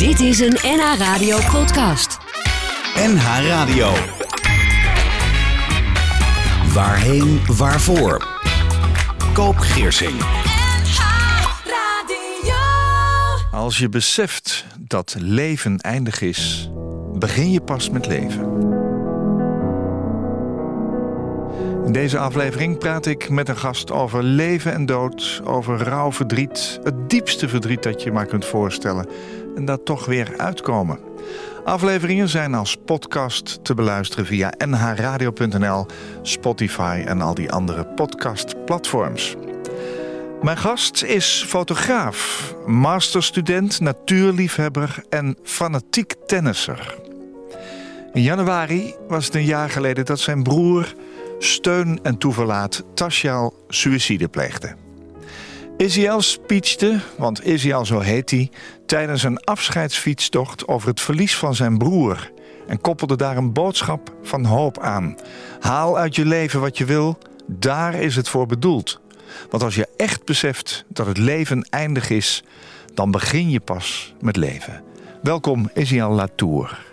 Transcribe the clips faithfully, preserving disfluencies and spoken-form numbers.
Dit is een N H Radio podcast. N H Radio. Waarheen, waarvoor? Koop Geersing. N H Radio. Als je beseft dat leven eindig is, begin je pas met leven. In deze aflevering praat ik met een gast over leven en dood, over rouw, verdriet, het diepste verdriet dat je maar kunt voorstellen en dat toch weer uitkomen. Afleveringen zijn als podcast te beluisteren via n h radio punt n l, Spotify en al die andere podcastplatforms. Mijn gast is fotograaf, masterstudent, natuurliefhebber en fanatiek tennisser. In januari was het een jaar geleden dat zijn broer, steun en toeverlaat, Tasjal suïcide pleegde. Isiel speechte, want Isiel zo heet hij, tijdens een afscheidsfietstocht over het verlies van zijn broer en koppelde daar een boodschap van hoop aan. Haal uit je leven wat je wil, daar is het voor bedoeld. Want als je echt beseft dat het leven eindig is, dan begin je pas met leven. Welkom Isiel Latour.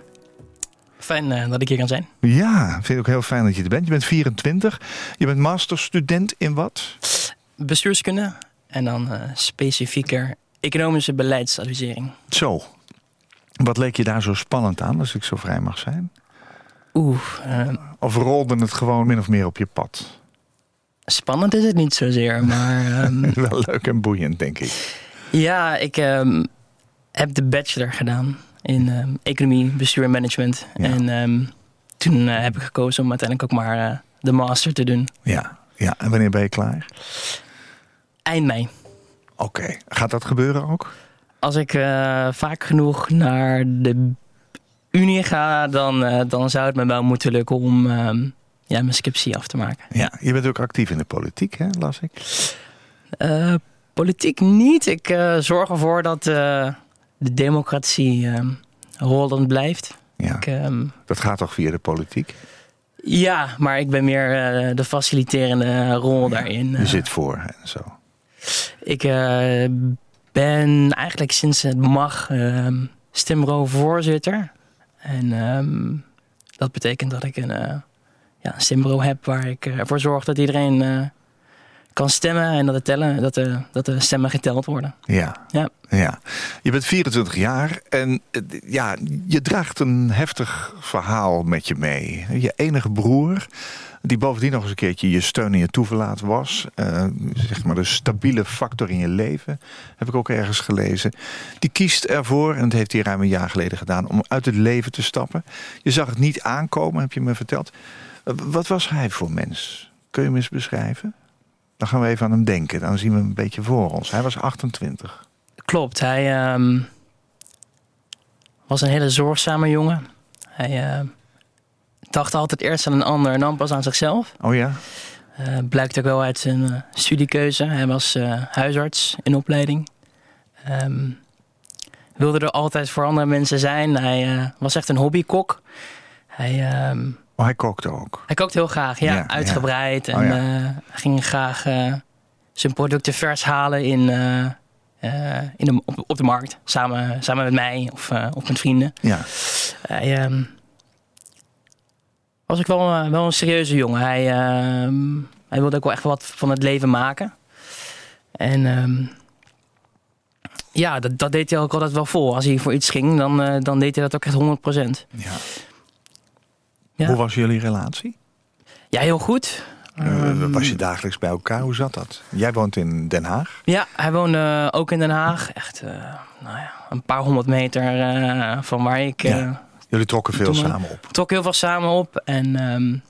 Fijn uh, dat ik hier kan zijn. Ja, vind ik ook heel fijn dat je er bent. Je bent vierentwintig, je bent masterstudent in wat? Bestuurskunde en dan uh, specifieker economische beleidsadvisering. Zo. Wat leek je daar zo spannend aan, als ik zo vrij mag zijn? Oeh. Uh, of rolde het gewoon min of meer op je pad? Spannend is het niet zozeer, maar... Um, Wel leuk en boeiend, denk ik. Ja, ik um, heb de bachelor gedaan in um, economie, bestuur en management. Ja. En um, toen uh, heb ik gekozen om uiteindelijk ook maar uh, de master te doen. Ja, ja. En wanneer ben je klaar? Eind mei. Oké. Okay. Gaat dat gebeuren ook? Als ik uh, vaak genoeg naar de Unie ga, dan, uh, dan zou het me wel moeten lukken om um, ja, mijn scriptie af te maken. Ja, je bent ook actief in de politiek, hè, las ik? Uh, politiek niet. Ik uh, zorg ervoor dat uh, de democratie uh, rollend blijft. Ja, ik, um, dat gaat toch via de politiek? Ja, maar ik ben meer uh, de faciliterende rol ja, daarin. Je zit voor en zo. Ik uh, ben eigenlijk sinds het mag uh, stembureau-voorzitter. En um, dat betekent dat ik een, uh, ja, een stembureau heb waar ik uh, ervoor zorg dat iedereen uh, kan stemmen en dat de, tellen, dat, de, dat de stemmen geteld worden. Ja. Ja. Ja. Je bent vierentwintig jaar en ja, je draagt een heftig verhaal met je mee. Je enige broer, die bovendien nog eens een keertje je steun en je toeverlaat was. Uh, zeg maar de stabiele factor in je leven, heb ik ook ergens gelezen. Die kiest ervoor, en dat heeft hij ruim een jaar geleden gedaan, om uit het leven te stappen. Je zag het niet aankomen, heb je me verteld. Uh, wat was hij voor mens? Kun je hem eens beschrijven? Dan gaan we even aan hem denken. Dan zien we hem een beetje voor ons. Hij was achtentwintig. Klopt. Hij um, was een hele zorgzame jongen. Hij uh, dacht altijd eerst aan een ander en dan pas aan zichzelf. Oh ja? Uh, blijkt ook wel uit zijn uh, studiekeuze. Hij was uh, huisarts in opleiding. Um, wilde er altijd voor andere mensen zijn. Hij uh, was echt een hobbykok. Hij... Um, Oh, hij kookte ook? Hij kookte heel graag, ja. ja uitgebreid. Ja. En oh, ja. uh, hij ging graag uh, zijn producten vers halen in, uh, uh, in de, op, op de markt. Samen, samen met mij of, uh, of met vrienden. Ja. Hij uh, was ook wel, uh, wel een serieuze jongen. Hij, uh, hij wilde ook wel echt wat van het leven maken. En um, ja, dat, dat deed hij ook altijd wel vol. Als hij voor iets ging, dan, uh, dan deed hij dat ook echt honderd procent. Ja. Ja. Hoe was jullie relatie? Ja, heel goed. Uh, was je dagelijks bij elkaar? Hoe zat dat? Jij woont in Den Haag? Ja, hij woonde ook in Den Haag. Echt uh, nou ja, een paar honderd meter uh, van waar ik... Uh, ja. Jullie trokken veel samen op? We trokken heel veel samen op. En um,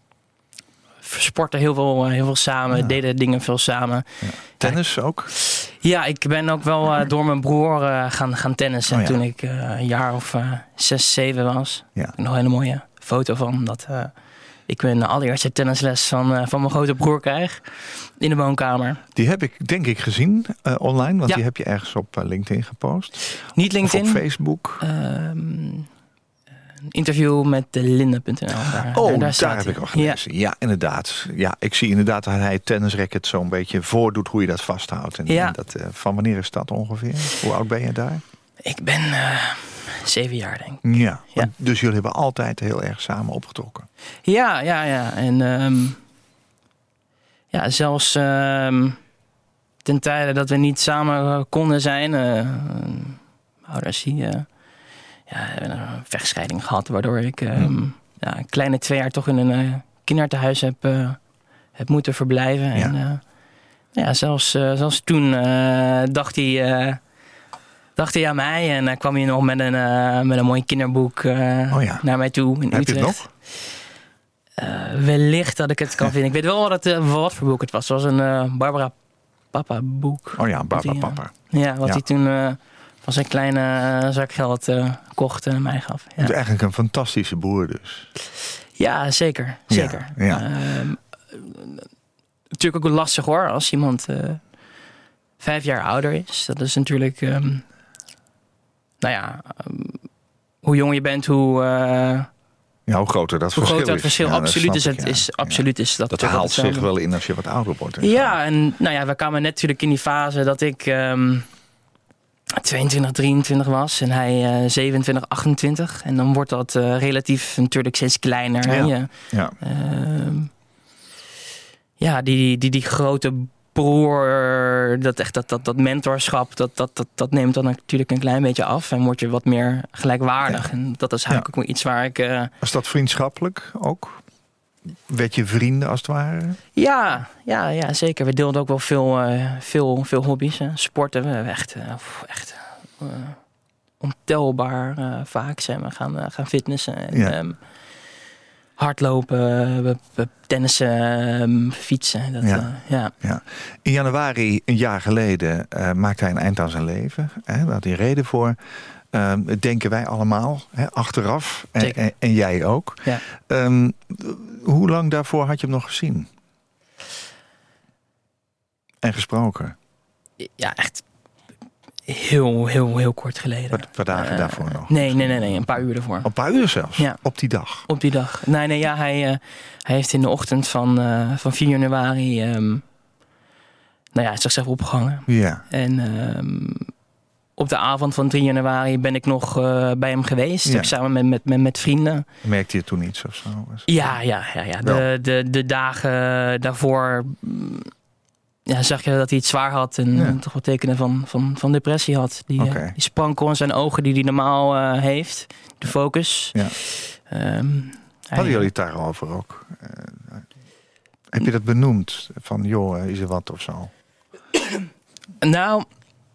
sporten heel veel, heel veel samen. Ja. Deden dingen veel samen. Ja. Tennis ook? Ja, ik ben ook wel uh, door mijn broer uh, gaan, gaan tennissen. Oh, ja. Toen ik uh, een jaar of uh, zes, zeven was. Ja. Ik heb nog een hele mooie foto van dat uh, ik mijn allereerste tennisles van, uh, van mijn grote broer krijg in de woonkamer. Die heb ik denk ik gezien uh, online, want ja. die heb je ergens op uh, LinkedIn gepost. Niet LinkedIn. Of op Facebook. Uh, een interview met de Linde punt n l. Daar, oh, daar, daar, daar heb ik al gelezen. Ja. ja, inderdaad. Ja, ik zie inderdaad dat hij het tennisracket zo'n beetje voordoet hoe je dat vasthoudt. En, ja. en dat, uh, van wanneer is dat ongeveer? Hoe oud ben je daar? Ik ben uh, zeven jaar, denk ik. Ja, Ja. dus jullie hebben altijd heel erg samen opgetrokken. Ja, ja, ja. En um, ja, zelfs um, ten tijde dat we niet samen konden zijn. Uh, uh, ouders die uh, ja, hebben een vechtscheiding gehad, waardoor ik um, hmm. ja, een kleine twee jaar toch in een uh, kinderthuis heb, uh, heb moeten verblijven. Ja. En uh, ja, zelfs, uh, zelfs toen uh, dacht hij... Uh, dacht hij aan mij en uh, kwam hij nog met een, uh, met een mooi kinderboek uh, oh ja. naar mij toe in Heb Utrecht. je het nog? Uh, wellicht dat ik het kan vinden. Ik weet wel wat, het, uh, wat voor boek het was. Het was een uh, Barbara Papa boek. Oh ja, Barbara die, uh, Papa. Ja, wat ja. hij toen uh, van zijn kleine uh, zak geld uh, kocht en mij gaf. Ja. Het is eigenlijk een fantastische boer dus. Ja, zeker. zeker. Ja, ja. Uh, natuurlijk ook lastig hoor, als iemand uh, vijf jaar ouder is. Dat is natuurlijk... Um, nou ja, um, hoe jonger je bent, hoe... Uh, Ja, hoe groter dat hoe verschil groter is. het verschil Ja, absoluut is. Ik, Het ja. is, absoluut ja. is dat. Dat haalt zich wel in als je wat ouder wordt. En ja, en nou ja, we kwamen net natuurlijk in die fase dat ik um, tweeëntwintig, drieëntwintig was en hij uh, zevenentwintig, achtentwintig. En dan wordt dat uh, relatief natuurlijk steeds kleiner. Ja, ja. ja. Uh, ja die, die, die, die grote broer, dat, echt, dat, dat, dat mentorschap, dat, dat, dat, dat neemt dan natuurlijk een klein beetje af. En word je wat meer gelijkwaardig. Ja. En dat is eigenlijk ja. ook iets waar ik... Uh, Was dat vriendschappelijk ook? Werd je vrienden als het ware? Ja, ja, ja zeker. We deelden ook wel veel, uh, veel, veel hobby's. Hè. Sporten, we hebben echt, uh, echt uh, ontelbaar uh, vaak zijn we gaan, uh, gaan fitnessen. En, ja. um, hardlopen, we, we tennissen, um, fietsen. Dat, ja. Uh, ja. Ja. In januari, een jaar geleden, uh, maakte hij een eind aan zijn leven. Hè? Daar had hij reden voor. Uh, denken wij allemaal, hè? Achteraf. En, en, en jij ook. Ja. Um, hoe lang daarvoor had je hem nog gezien? En gesproken? Ja, echt heel, heel, heel kort geleden. Een paar dagen uh, daarvoor nog? Nee, nee, nee, nee, een paar uur ervoor. Een paar uur zelfs? Ja. Op die dag? Op die dag. Nee, nee, ja, hij, uh, hij heeft in de ochtend van, uh, van vier januari... Um, nou ja, zichzelf opgehangen. Ja. En um, op de avond van drie januari ben ik nog uh, bij hem geweest. Ja. Samen met, met, met, met vrienden. Merkte je toen iets of zo? Ja, ja, ja, ja. De, de, de dagen daarvoor... Ja, zag je dat hij het zwaar had en ja. toch wat tekenen van, van, van depressie had. Die, okay. uh, die sprankel in zijn ogen die hij normaal uh, heeft. De focus. Ja. Um, Hadden jullie het daarover ook? Uh, heb je dat benoemd? Van joh, is er wat of zo? Nou,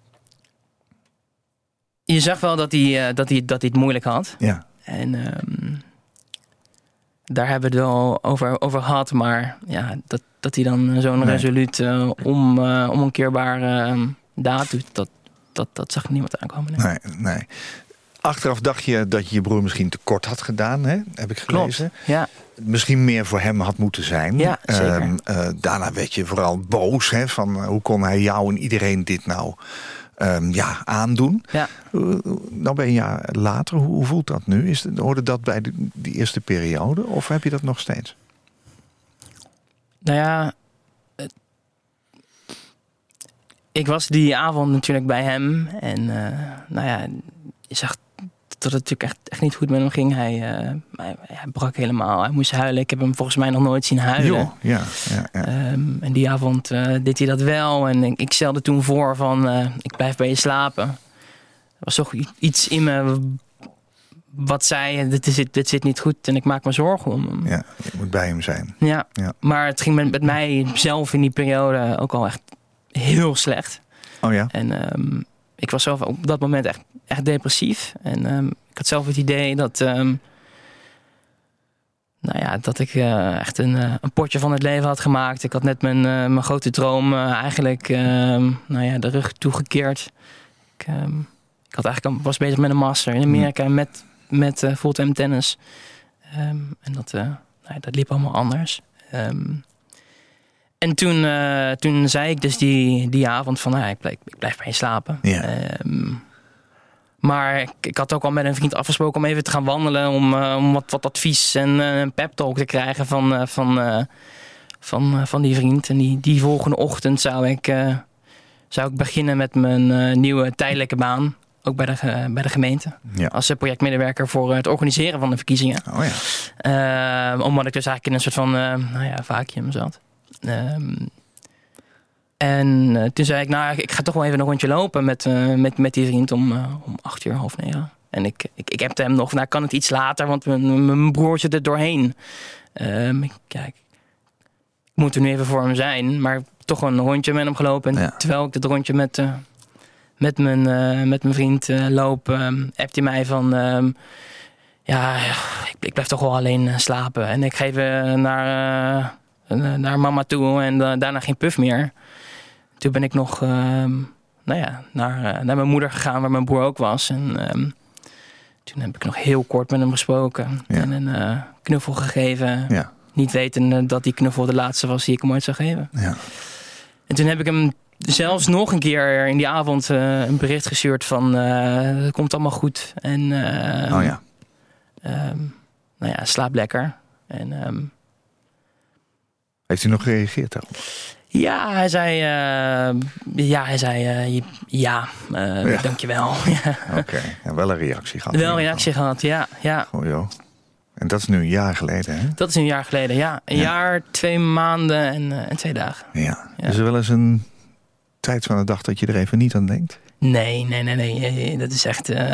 je zag wel dat hij, uh, dat hij, dat hij het moeilijk had. Ja. En um, daar hebben we het wel over, over gehad. Maar ja, dat, dat hij dan zo'n nee. resoluut uh, om, uh, onomkeerbare uh, daad doet, dat, dat, dat zag niemand aankomen. Nee. Nee, nee. Achteraf dacht je dat je je broer misschien tekort had gedaan, hè? Heb ik gelezen. Klopt, ja. Misschien meer voor hem had moeten zijn. Ja, zeker. Um, uh, daarna werd je vooral boos, hè? Van uh, hoe kon hij jou en iedereen dit nou um, ja, aandoen? Ja. Uh, nou ben je een jaar later, hoe, hoe voelt dat nu? Is, hoorde dat bij de, die eerste periode of heb je dat nog steeds? Nou ja, het, ik was die avond natuurlijk bij hem. En uh, nou ja, je zag dat het natuurlijk echt, echt niet goed met hem ging. Hij, uh, hij, hij brak helemaal, hij moest huilen. Ik heb hem volgens mij nog nooit zien huilen. Jo, ja, ja, ja. Um, en die avond uh, deed hij dat wel. En ik, ik stelde toen voor van, uh, ik blijf bij je slapen. Er was toch iets in me wat zei, dit, is, dit zit niet goed en ik maak me zorgen om hem. Ja, je moet bij hem zijn. Ja, ja. Maar het ging met, met mij zelf in die periode ook al echt heel slecht. Oh ja? En um, ik was zelf op dat moment echt, echt depressief. En um, ik had zelf het idee dat... Um, nou ja, dat ik uh, echt een, uh, een potje van het leven had gemaakt. Ik had net mijn, uh, mijn grote droom uh, eigenlijk uh, nou ja, de rug toegekeerd. Ik, um, ik had eigenlijk, was bezig met een master in Amerika hmm. met, met uh, fulltime tennis. Um, en dat, uh, nou ja, dat liep allemaal anders. Um, en toen, uh, toen zei ik dus die, die avond van, nou, ik, blijf, ik blijf bij je slapen. Ja. Um, maar ik, ik had ook al met een vriend afgesproken om even te gaan wandelen. Om, uh, om wat, wat advies en uh, een pep talk te krijgen van, uh, van, uh, van, uh, van die vriend. En die, die volgende ochtend zou ik, uh, zou ik beginnen met mijn uh, nieuwe tijdelijke baan. ook bij de, ge- bij de gemeente. Ja. Als uh, projectmedewerker voor uh, het organiseren van de verkiezingen. Oh ja. Uh, omdat ik dus eigenlijk in een soort van uh, nou ja, vacuüm zat. Um, en uh, toen zei ik, nou, ik ga toch wel even een rondje lopen met, uh, met, met die vriend om, uh, om acht uur, half negen. En ik, ik, ik heb hem nog, nou, kan het iets later, want mijn, mijn broer zit er doorheen. Um, ik, kijk, ik moet er nu even voor hem zijn, maar toch een rondje met hem gelopen. En ja. terwijl ik dit rondje met, uh, met, mijn, uh, met mijn vriend uh, loop, um, appt hij mij van... Um, ja, ik, ik blijf toch wel alleen uh, slapen. En ik geef uh, naar, uh, naar mama toe en uh, daarna geen puff meer. Toen ben ik nog uh, nou ja, naar, uh, naar mijn moeder gegaan, waar mijn broer ook was. En um, toen heb ik nog heel kort met hem gesproken. Ja. En een uh, knuffel gegeven. Ja. Niet wetende dat die knuffel de laatste was die ik hem ooit zou geven. Ja. En toen heb ik hem zelfs nog een keer in die avond uh, een bericht gestuurd van... Uh, het komt allemaal goed. En uh, oh ja. Um, nou ja, slaap lekker. En, um, heeft hij nog gereageerd daarop? Ja, hij zei... Uh, ja, hij zei... Uh, ja, uh, ja, dankjewel. Oké, okay. Ja, wel een reactie gehad. Wel een reactie gehad, ja. ja. Oh joh. En dat is nu een jaar geleden, hè? Dat is een jaar geleden, ja. Een ja. jaar, twee maanden en, uh, en twee dagen. Ja. ja. Is er wel eens een tijd van de dag dat je er even niet aan denkt? Nee, nee, nee, nee. Dat is echt... Uh,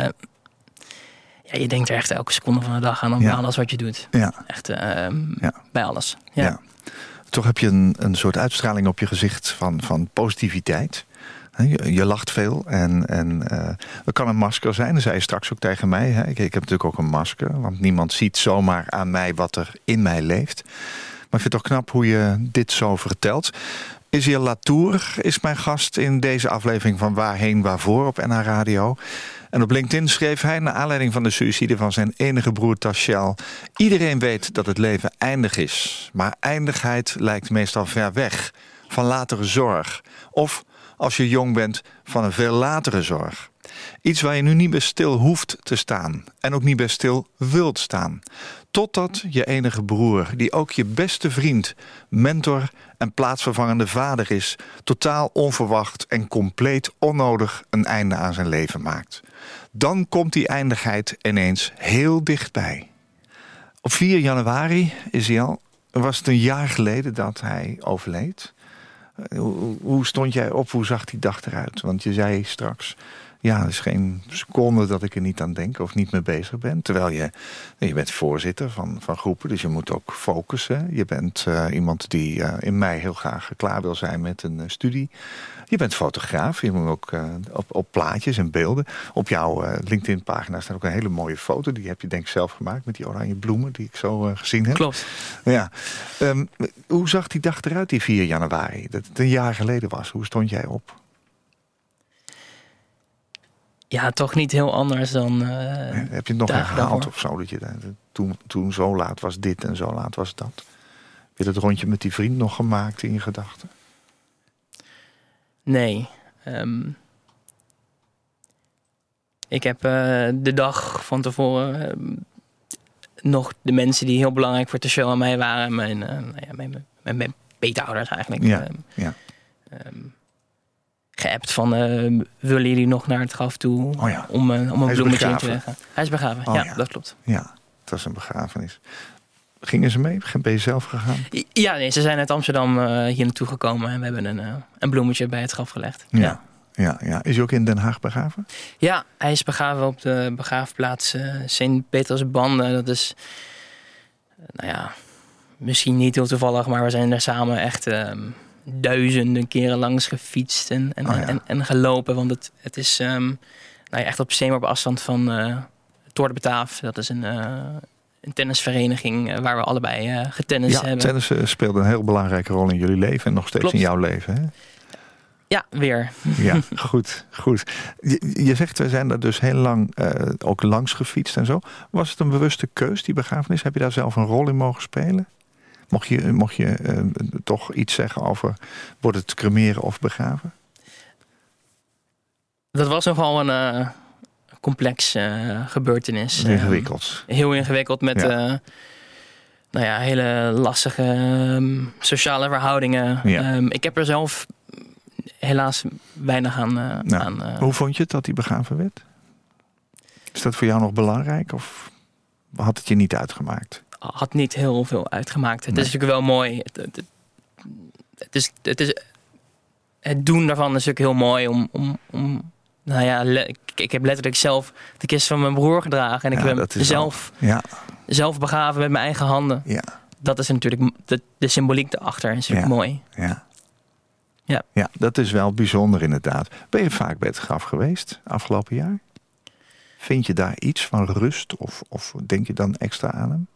Ja, je denkt er echt elke seconde van de dag aan om ja. alles wat je doet. Ja. Echt uh, ja. bij alles. Ja. Ja. Toch heb je een, een soort uitstraling op je gezicht van, van positiviteit. Je, je lacht veel en, en uh, dat kan een masker zijn. Dat zei je straks ook tegen mij. Hè? Ik, ik heb natuurlijk ook een masker, want niemand ziet zomaar aan mij wat er in mij leeft. Maar ik vind het toch knap hoe je dit zo vertelt. Isiel Latour is mijn gast in deze aflevering van Waarheen Waarvoor op N H Radio. En op LinkedIn schreef hij, naar aanleiding van de suïcide van zijn enige broer Tashel: iedereen weet dat het leven eindig is, maar eindigheid lijkt meestal ver weg, van latere zorg. Of, als je jong bent, van een veel latere zorg. Iets waar je nu niet bij stil hoeft te staan en ook niet bij stil wilt staan. Totdat je enige broer, die ook je beste vriend, mentor en plaatsvervangende vader is, totaal onverwacht en compleet onnodig een einde aan zijn leven maakt. Dan komt die eindigheid ineens heel dichtbij. Op vier januari, Isiel, was het een jaar geleden dat hij overleed. Hoe, hoe stond jij op? Hoe zag die dag eruit? Want je zei straks, ja, er is geen seconde dat ik er niet aan denk of niet mee bezig ben. Terwijl je, je bent voorzitter van, van groepen, dus je moet ook focussen. Je bent uh, iemand die uh, in mei heel graag klaar wil zijn met een uh, studie. Je bent fotograaf, je moet ook uh, op, op plaatjes en beelden. Op jouw uh, LinkedIn-pagina staat ook een hele mooie foto. Die heb je denk ik zelf gemaakt met die oranje bloemen die ik zo uh, gezien heb. Klopt. Ja. Um, hoe zag die dag eruit, die vier januari? Dat het een jaar geleden was. Hoe stond jij op? Ja, toch niet heel anders dan uh, Heb je het nog herhaald of zo? Dat je, toen, toen zo laat was dit en zo laat was dat. Heb je dat rondje met die vriend nog gemaakt in je gedachten? Nee. Um, ik heb uh, de dag van tevoren uh, nog de mensen die heel belangrijk voor de show aan mij waren. Mijn, uh, nou ja, mijn, mijn, mijn peetouders eigenlijk. Ja, um, ja. Um, geappt van, uh, willen jullie nog naar het graf toe oh ja. om, uh, om een bloemetje begraven. in te leggen? Hij is begraven, oh ja, ja, dat klopt. Ja, het was een begrafenis. Gingen ze mee? Ben je zelf gegaan? Ja, nee, ze zijn uit Amsterdam uh, hier naartoe gekomen en we hebben een, uh, een bloemetje bij het graf gelegd. Ja. Ja. Ja, ja. Is hij ook in Den Haag begraven? Ja, hij is begraven op de begraafplaats uh, Sint-Petersbanden. Dat is, uh, nou ja, misschien niet heel toevallig, maar we zijn daar samen echt uh, duizenden keren langs gefietst en, en, oh ja. en, en gelopen. Want het, het is um, nou ja, echt op steenworp afstand van uh, Tour de Bataaf. Dat is een... Uh, een tennisvereniging uh, waar we allebei uh, getennist ja, hebben. Tennis uh, speelde een heel belangrijke rol in jullie leven en nog steeds Klopt. in jouw leven. Hè? Ja, weer. Ja, goed, goed. Je, je zegt, we zijn daar dus heel lang uh, ook langs gefietst en zo. Was het een bewuste keus, die begrafenis? Heb je daar zelf een rol in mogen spelen? Mocht je, mocht je uh, toch iets zeggen over, wordt het cremeren of begraven? Dat was nogal een... Uh... complex uh, gebeurtenis. Ingewikkeld. Uh, heel ingewikkeld met ja. Uh, nou ja, hele lastige um, sociale verhoudingen. Ja. Um, ik heb er zelf helaas weinig aan... Uh, nou, aan uh, hoe vond je het dat hij begraven werd? Is dat voor jou nog belangrijk of had het je niet uitgemaakt? Had niet heel veel uitgemaakt. Het Nee. is natuurlijk wel mooi. Het, het, het, is, het, is, het doen daarvan is natuurlijk heel mooi. Om, om, om, nou ja, le- ik, ik heb letterlijk zelf de kist van mijn broer gedragen. En ik Ja, heb dat hem is zelf, al- Ja, zelf begraven met mijn eigen handen. ja, Dat is natuurlijk de, de symboliek erachter. Is natuurlijk Ja. mooi. ja. Ja. Ja, dat is wel bijzonder inderdaad. Ben je vaak bij het graf geweest afgelopen jaar? Vind je daar iets van rust of, of denk je dan extra aan hem?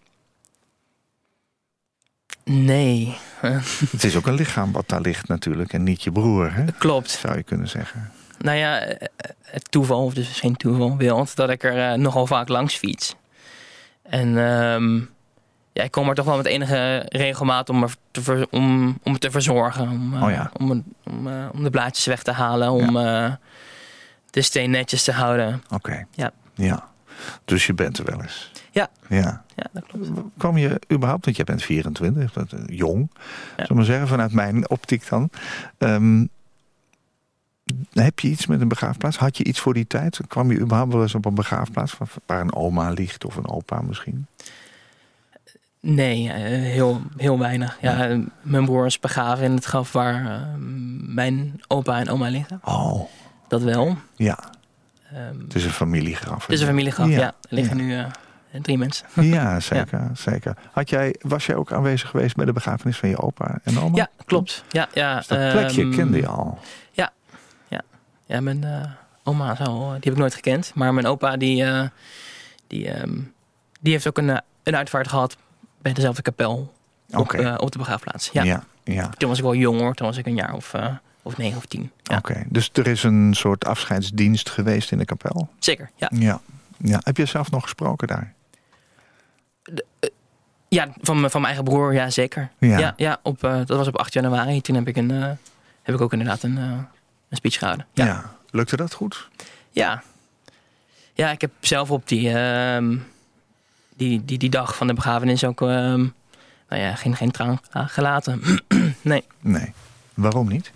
Nee, Het is ook een lichaam wat daar ligt natuurlijk en niet je broer, hè? klopt. Zou je kunnen zeggen. Nou ja, het toeval, of dus geen toeval, wil dat ik er uh, nogal vaak langs fiets. En um, ja, ik kom er toch wel met enige regelmaat om, er te, ver, om, om het te verzorgen. Om, uh, Oh ja. om, om, uh, om de blaadjes weg te halen, om uh, de steen netjes te houden. Oké. Okay. Ja. Ja. Dus je bent er wel eens. Ja. Ja. Ja, dat klopt. Kwam je überhaupt, want jij bent vierentwintig, dat, uh, jong, ja. Zullen we maar zeggen, vanuit mijn optiek dan. Um, heb je iets met een begraafplaats? Had je iets voor die tijd? Kwam je überhaupt wel eens op een begraafplaats waar een oma ligt of een opa misschien? Nee, uh, heel, heel weinig. Ja, ja. Mijn broer is begraven in het graf waar uh, mijn opa en oma liggen. Oh. Dat wel. Ja. Um, het is een familiegraf. Het is een familiegraf, ja. ja. Er liggen ja. nu uh, drie mensen. Ja, zeker. Ja. zeker. Had jij, was jij ook aanwezig geweest bij de begrafenis van je opa en oma? Ja, klopt. Ja, ja, dus dat plekje um, kende je al? Ja, ja. ja mijn uh, oma zou, die heb ik nooit gekend. Maar mijn opa die, uh, die, um, die heeft ook een, uh, een uitvaart gehad bij dezelfde kapel op, okay. uh, op de begraafplaats. Ja. Ja, ja. Toen was ik wel jong hoor, toen was ik een jaar of, uh, of negen of tien. Ja. Oké, okay. Dus er is een soort afscheidsdienst geweest in de kapel? Zeker, ja. Ja. ja. Heb je zelf nog gesproken daar? De, uh, ja, van, van mijn eigen broer, ja zeker. Ja. Ja, ja op, uh, dat was op acht januari. Toen heb ik, een, uh, heb ik ook inderdaad een, uh, een speech gehouden. Ja. ja. Lukte dat goed? Ja. Ja, ik heb zelf op die, uh, die, die, die dag van de begrafenis ook uh, nou ja, geen, geen traan gelaten. Nee. Nee. Waarom niet?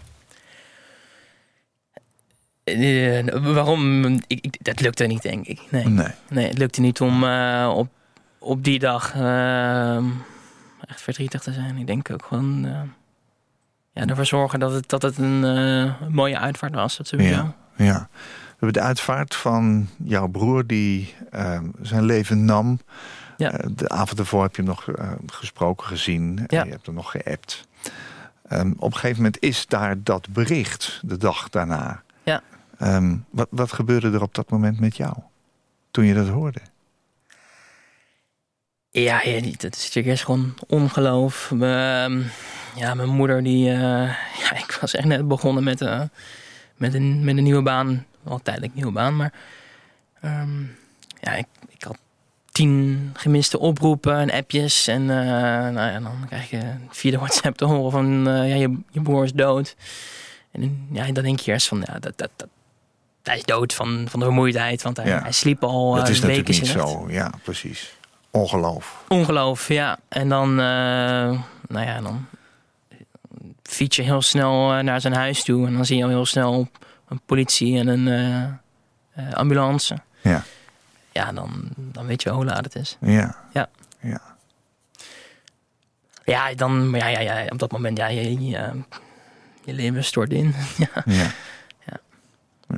Uh, waarom? Ik, ik, dat lukte niet, denk ik. Nee. Nee. Nee, het lukte niet om uh, op, op die dag uh, echt verdrietig te zijn. Ik denk ook gewoon uh, ja, ervoor zorgen dat het, dat het een uh, mooie uitvaart was. Dat sowieso. Ja, ja. We hebben de uitvaart van jouw broer die uh, zijn leven nam. Ja. Uh, de avond ervoor heb je hem nog uh, gesproken, gezien. Ja. Uh, je hebt hem nog geappt. Um, op een gegeven moment is daar dat bericht, de dag daarna. Ja. Um, wat, wat gebeurde er op dat moment met jou? Toen je dat hoorde? Ja, ja dat is natuurlijk eerst gewoon ongeloof. Uh, ja, mijn moeder die... Uh, ja, ik was echt net begonnen met, uh, met, een, met een nieuwe baan. Wel tijdelijk nieuwe baan, maar... Um, ja, ik, ik had tien gemiste oproepen en appjes. En uh, nou ja, dan krijg je via de WhatsApp te horen van... Uh, ja, je, je broer is dood. En ja, dan denk je eerst van... Ja, dat, dat, dat, hij is dood van, van de vermoeidheid, want hij, ja. hij sliep al uh, dat is weken natuurlijk niet slecht. zo. Ja, precies. Ongeloof. Ongeloof, ja. En dan, uh, nou ja, dan fiets je heel snel uh, naar zijn huis toe. En dan zie je al heel snel een politie en een uh, uh, ambulance. Ja. Ja, dan, dan weet je wel hoe laat het is. Ja. Ja. Ja. Ja, dan, ja, ja, ja, op dat moment, ja, je, je, je leven stort in. ja. Ja. Ja. Ja.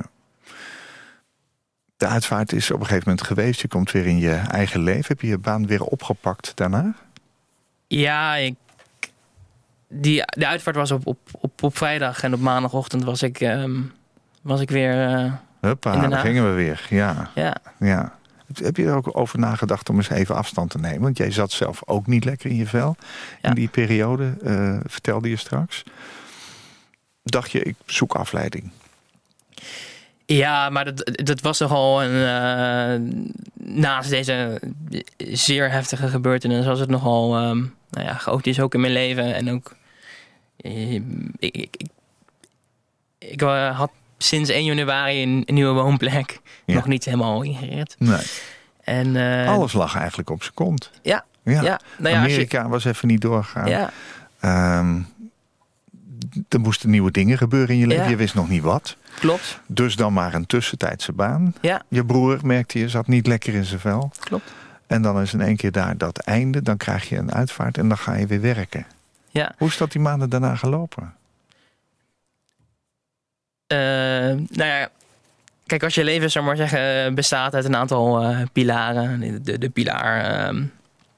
De uitvaart is op een gegeven moment geweest. Je komt weer in je eigen leven. Heb je je baan weer opgepakt daarna? Ja, ik, die, de uitvaart was op, op, op, op vrijdag. En op maandagochtend was ik, um, was ik weer uh, Huppa, daar gingen we weer. Ja. Ja. ja. Heb je er ook over nagedacht om eens even afstand te nemen? Want jij zat zelf ook niet lekker in je vel. Ja. In die periode, uh, vertelde je straks. Dacht je, ik zoek afleiding? Ja, maar dat, dat was toch al een, uh, naast deze zeer heftige gebeurtenis was het nogal um, nou ja, chaotisch ook in mijn leven. En ook, uh, ik, ik, ik, ik uh, had sinds één januari een, een nieuwe woonplek. Ja. Nog niet helemaal ingericht. Nee. En, uh, alles lag eigenlijk op zijn kont. Ja. ja. ja, nou ja Amerika je, was even niet doorgegaan. Ja. Um, er moesten nieuwe dingen gebeuren in je leven. Ja. Je wist nog niet wat. Klopt. Dus dan maar een tussentijdse baan. Ja, Je broer, merkte je, zat niet lekker in zijn vel. klopt. En dan is in één keer daar dat einde. Dan krijg je een uitvaart en dan ga je weer werken. Ja. Hoe is dat die maanden daarna gelopen? Uh, nou ja, kijk, als je leven, zou maar zeggen, bestaat uit een aantal uh, pilaren. De, de, de pilaar uh,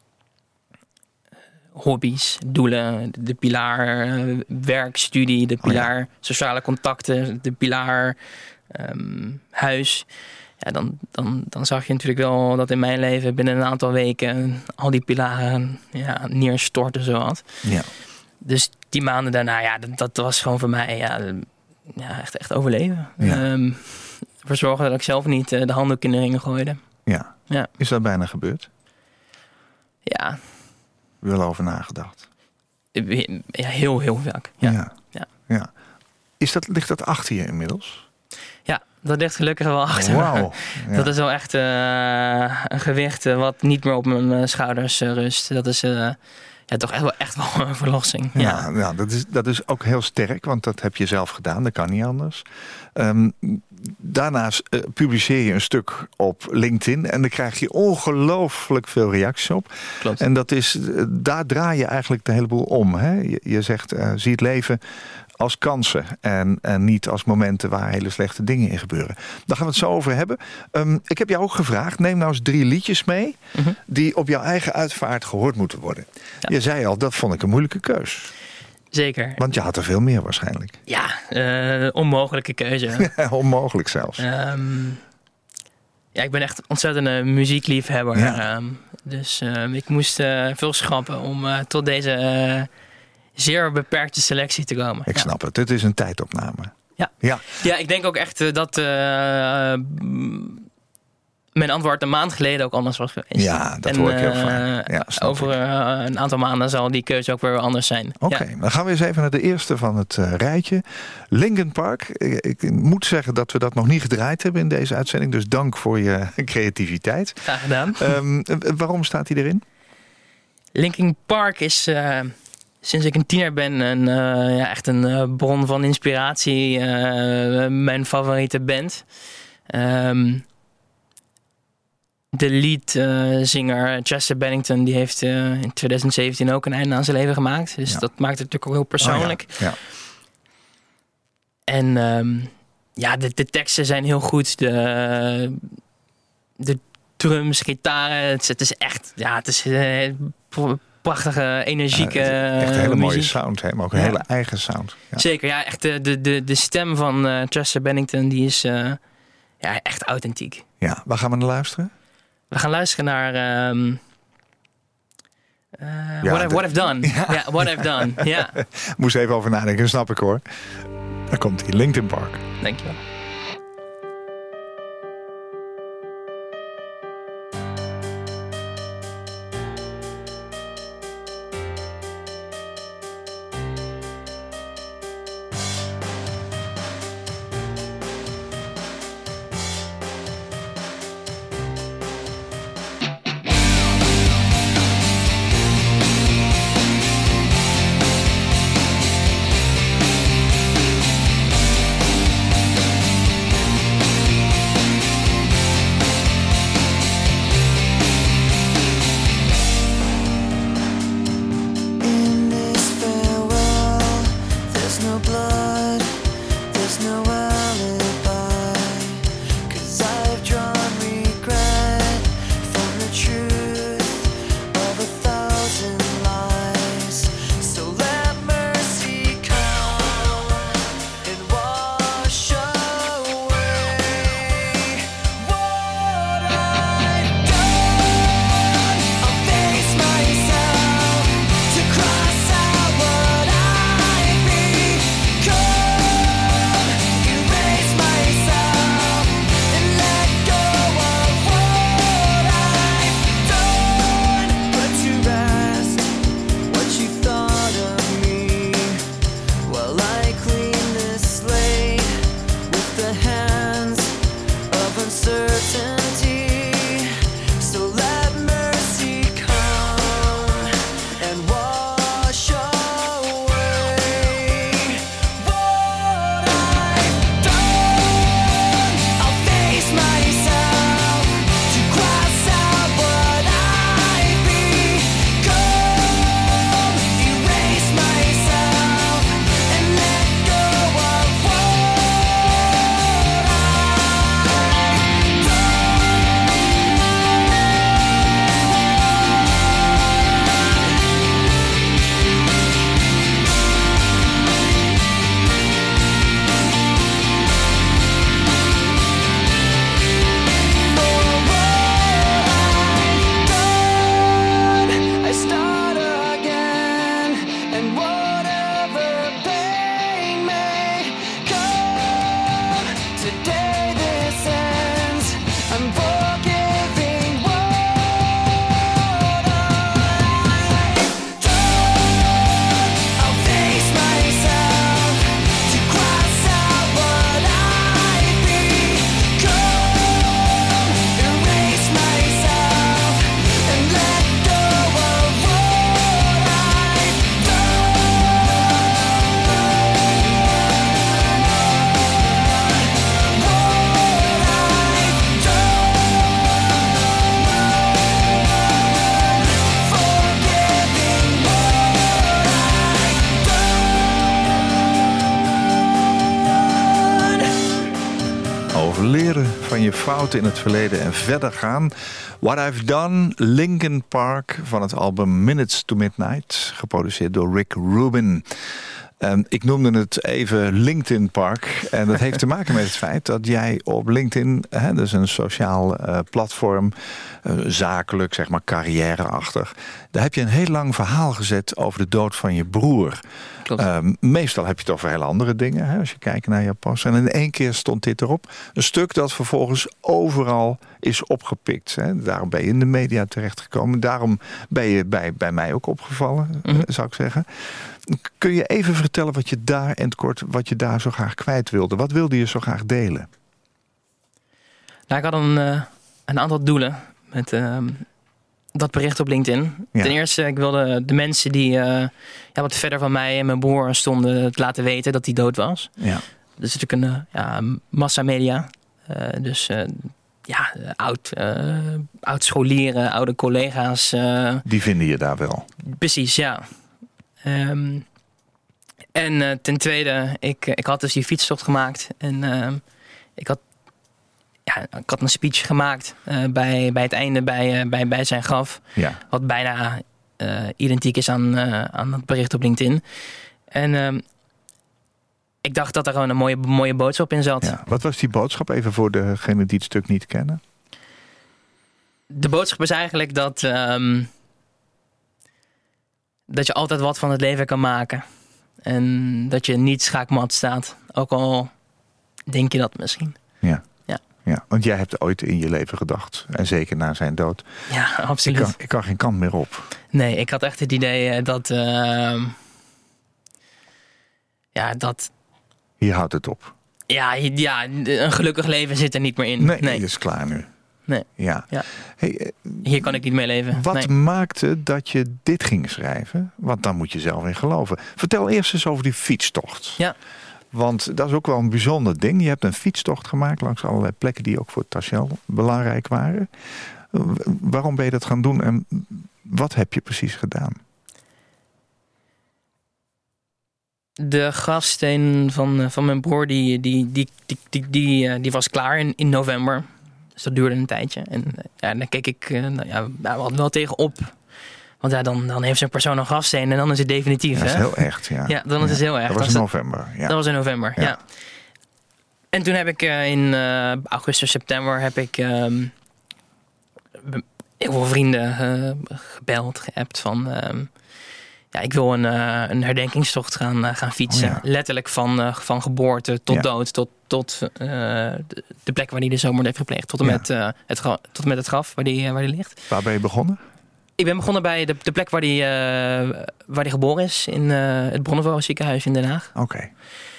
hobby's, doelen, de, de pilaar uh, werk, studie, de pilaar oh ja. sociale contacten, de pilaar um, huis. Ja, dan, dan, dan zag je natuurlijk wel dat in mijn leven binnen een aantal weken al die pilaren ja, neerstorten zowat. Ja. Dus die maanden daarna, ja, dat, dat was gewoon voor mij ja, ja, echt, echt overleven. Ja. Um, ervoor zorgen dat ik zelf niet uh, de handdoek in de ringen gooide. Ja. Ja. Is dat bijna gebeurd? Ja. Wel over nagedacht? Ja, heel, heel vaak. Ja. Ja. Ja. Ja. Is dat, ligt dat achter je inmiddels? Ja, dat ligt gelukkig wel achter me. Wauw. Ja. Dat is wel echt uh, een gewicht uh, wat niet meer op mijn uh, schouders uh, rust. Dat is uh, ja, toch echt wel, echt wel een verlossing. Ja, ja, ja dat, is, dat is ook heel sterk, want dat heb je zelf gedaan. Dat kan niet anders. Um, daarnaast uh, publiceer je een stuk op LinkedIn en dan krijg je ongelooflijk veel reacties op. Klopt. En dat is, uh, daar draai je eigenlijk de hele boel om. Hè? Je, je zegt, uh, zie het leven als kansen en, en niet als momenten waar hele slechte dingen in gebeuren. Daar gaan we het zo over hebben. Um, ik heb jou ook gevraagd, neem nou eens drie liedjes mee mm-hmm. die op jouw eigen uitvaart gehoord moeten worden. Ja. Je zei al, dat vond ik een moeilijke keus. Zeker. Want je had er veel meer waarschijnlijk. Ja, uh, onmogelijke keuze. Onmogelijk zelfs. Um, ja, ik ben echt ontzettend een muziekliefhebber. Ja. Um, dus uh, ik moest uh, veel schrappen om uh, tot deze uh, zeer beperkte selectie te komen. Ik ja. snap het. Het is een tijdopname. Ja, ja. ja ik denk ook echt uh, dat uh, mijn antwoord een maand geleden ook anders was geweest. Ja, dat en, hoor ik heel uh, vaak. Ja, over uh, een aantal maanden zal die keuze ook weer anders zijn. Oké, okay, ja. Dan gaan we eens even naar de eerste van het uh, rijtje. Linkin Park. Ik, ik moet zeggen dat we dat nog niet gedraaid hebben in deze uitzending. Dus dank voor je creativiteit. Graag gedaan. Um, waarom staat hij erin? Linkin Park is uh, sinds ik een tiener ben een, uh, ja, echt een uh, bron van inspiratie. Uh, mijn favoriete band. Um, De leadzanger uh, Chester Bennington die heeft uh, in twintig zeventien ook een einde aan zijn leven gemaakt. Dus ja. dat maakt het natuurlijk ook heel persoonlijk. Oh ja. Ja. En um, ja, de, de teksten zijn heel goed. De, de drums, gitaren. Het, het is echt, ja, het is uh, prachtige, energieke uh, echt een hele mooie muziek. sound, hè? Maar ook een ja. hele eigen sound. Ja. Zeker, ja, echt de, de, de, de stem van uh, Chester Bennington die is uh, ja, echt authentiek. Ja, waar gaan we naar luisteren? We gaan luisteren naar um, uh, ja, what, I've, de... what I've Done. Ja, yeah, What I've Done. Ja. Moest even over nadenken, snap ik hoor. Daar komt hij, Linkin Park. Dankjewel. van je fouten in het verleden en verder gaan. What I've Done, Linkin Park van het album Minutes to Midnight, geproduceerd door Rick Rubin. Um, ik noemde het even LinkedIn Park. En dat heeft te maken met het feit dat jij op LinkedIn, hè, dat is een sociaal uh, platform, uh, zakelijk, zeg maar carrièreachtig. Daar heb je een heel lang verhaal gezet over de dood van je broer. Um, meestal heb je het over hele andere dingen, hè, als je kijkt naar je post. En in één keer stond dit erop. Een stuk dat vervolgens overal is opgepikt. Hè. Daarom ben je in de media terechtgekomen. Daarom ben je bij, bij mij ook opgevallen, mm-hmm. zou ik zeggen. Kun je even vertellen wat je daar in het kort, wat je daar zo graag kwijt wilde? Wat wilde je zo graag delen? Nou, ik had een, uh, een aantal doelen met uh, dat bericht op LinkedIn. Ja. Ten eerste, ik wilde de mensen die uh, ja, wat verder van mij en mijn broer stonden het laten weten dat hij dood was. Ja. Dus natuurlijk een uh, ja, massamedia. Uh, dus uh, ja, oud, uh, oud scholieren, oude collega's. Uh, die vinden je daar wel? Precies, ja. Um, en uh, ten tweede, ik, ik had dus die fietstocht gemaakt. En uh, ik, had, ja, ik had een speech gemaakt uh, bij, bij het einde bij, uh, bij, bij zijn graf. Ja. Wat bijna uh, identiek is aan, uh, aan het bericht op LinkedIn. En uh, ik dacht dat er gewoon een mooie, mooie boodschap in zat. Ja. Wat was die boodschap? Even voor degenen die het stuk niet kennen. De boodschap is eigenlijk dat... Um, dat je altijd wat van het leven kan maken. En dat je niet schaakmat staat. Ook al denk je dat misschien. Ja. Ja. Ja, want jij hebt ooit in je leven gedacht. En zeker na zijn dood. Ja, absoluut. Ik kan, ik kan geen kant meer op. Nee, ik had echt het idee dat... Uh, ja, dat... Hier houdt het op. Ja, ja, een gelukkig leven zit er niet meer in. Nee, nee. Dat is klaar nu. Nee. Ja. Ja. Hey, hier kan ik niet mee leven. Wat nee. maakte dat je dit ging schrijven? Want daar moet je zelf in geloven. Vertel eerst eens over die fietstocht. Ja. Want dat is ook wel een bijzonder ding. Je hebt een fietstocht gemaakt langs allerlei plekken die ook voor Tachel belangrijk waren. Waarom ben je dat gaan doen en wat heb je precies gedaan? De grafsteen van, van mijn broer die, die, die, die, die, die, die was klaar in, in november. Dus dat duurde een tijdje. En ja, dan keek ik uh, nou ja, we hadden wel tegenop. Want ja, dan, dan heeft zo'n persoon een grafsteen en dan is het definitief. Dat is hè? heel echt, ja. Ja, dan is ja. het heel echt. Dat was in november. Ja. Dat was in november, ja. ja. En toen heb ik uh, in uh, augustus, september heb ik uh, heel veel vrienden uh, gebeld, geappt van... Uh, ja, ik wil een, uh, een herdenkingstocht gaan, uh, gaan fietsen. Oh ja. Letterlijk van, uh, van geboorte tot ja. dood, tot, tot uh, de, de plek waar hij de zomer heeft gepleegd. Tot en, ja. met, uh, het, tot en met het graf waar die, uh, waar die ligt. Waar ben je begonnen? Ik ben begonnen bij de, de plek waar hij uh, waar die geboren is. In uh, het Bronnevrouw ziekenhuis in Den Haag. Oké. Okay.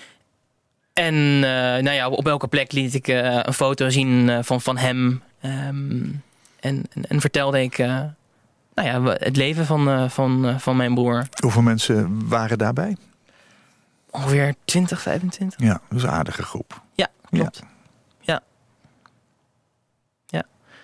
En uh, nou ja, op elke plek liet ik uh, een foto zien uh, van, van hem. Um, en, en, en vertelde ik... Uh, Nou ja, het leven van, uh, van, uh, van mijn broer. Hoeveel mensen waren daarbij? Ongeveer twintig, vijfentwintig. Ja, dat is een aardige groep. Ja, klopt. Ja. Ja.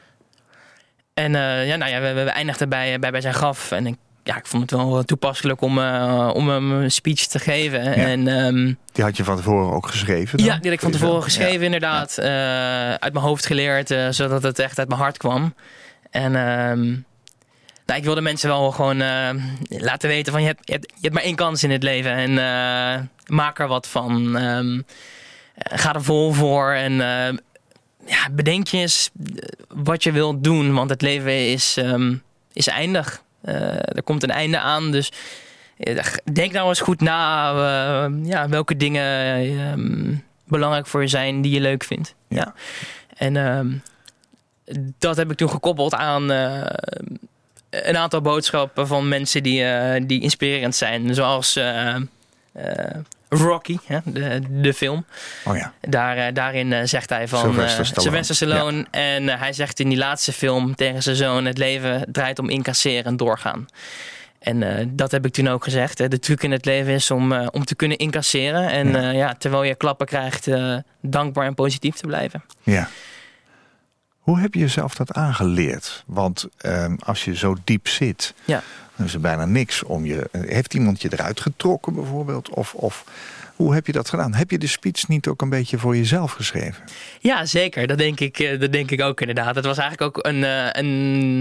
En uh, ja, nou ja, we, we eindigden bij, bij, bij zijn graf. En ik, ja, ik vond het wel toepasselijk om, uh, om hem een speech te geven. Ja. En, um, die had je van tevoren ook geschreven? Dan? Ja, die had ik van tevoren geschreven, ja. inderdaad. Uh, uit mijn hoofd geleerd, uh, zodat het echt uit mijn hart kwam. En... Um, Nou, ik wilde mensen wel gewoon uh, laten weten van je hebt, je, hebt, je hebt maar één kans in het leven. En uh, maak er wat van. Um, ga er vol voor. En uh, ja, bedenk je eens wat je wilt doen. Want het leven is, um, is eindig. Uh, er komt een einde aan. Dus uh, denk nou eens goed na uh, ja, welke dingen um, belangrijk voor je zijn die je leuk vindt. Ja. Ja. En um, dat heb ik toen gekoppeld aan... Uh, een aantal boodschappen van mensen die, uh, die inspirerend zijn. Zoals uh, uh, Rocky, hè, de, de film. Oh ja. Daar, uh, daarin uh, zegt hij van Sylvester Stallone. Uh, Sylvester Stallone. Ja. En uh, hij zegt in die laatste film tegen zijn zoon... het leven draait om incasseren en doorgaan. En uh, dat heb ik toen ook gezegd. Hè. De truc in het leven is om, uh, om te kunnen incasseren. En ja. Uh, ja, terwijl je klappen krijgt, uh, dankbaar en positief te blijven. Ja. Hoe heb je jezelf dat aangeleerd? Want uh, als je zo diep zit, ja. dan is er bijna niks om je... Heeft iemand je eruit getrokken bijvoorbeeld? Of, of Hoe heb je dat gedaan? Heb je de speech niet ook een beetje voor jezelf geschreven? Ja, zeker. Dat denk ik, uh, dat denk ik ook inderdaad. Het was eigenlijk ook een, uh, een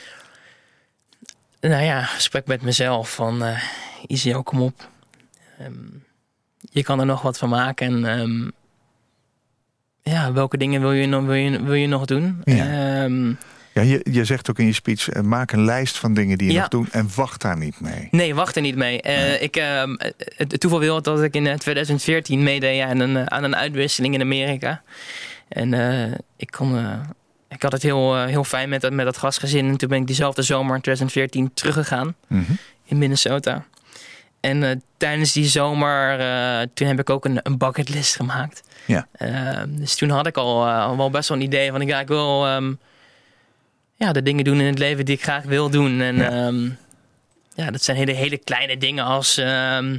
nou ja, gesprek met mezelf van uh, Isiel, kom op. Um, je kan er nog wat van maken. En um, ja, welke dingen wil je, nog, wil je, wil je nog doen? Ja. Um, Ja, je, je zegt ook in je speech, uh, maak een lijst van dingen die je ja. nog doet en wacht daar niet mee. Nee, wacht er niet mee. Uh, nee. ik, uh, het toeval wil dat ik in twintig veertien meedeed aan een, uh, aan een uitwisseling in Amerika. En uh, ik, kon, uh, ik had het heel, uh, heel fijn met dat, met dat gastgezin. En toen ben ik diezelfde zomer in twintig veertien teruggegaan Mm-hmm. in Minnesota. En uh, tijdens die zomer, uh, toen heb ik ook een, een bucketlist gemaakt. Ja. Uh, dus toen had ik al, uh, al wel best wel een idee van, ja, ik wil... Um, Ja, de dingen doen in het leven die ik graag wil doen. En ja, um, ja dat zijn hele, hele kleine dingen als um,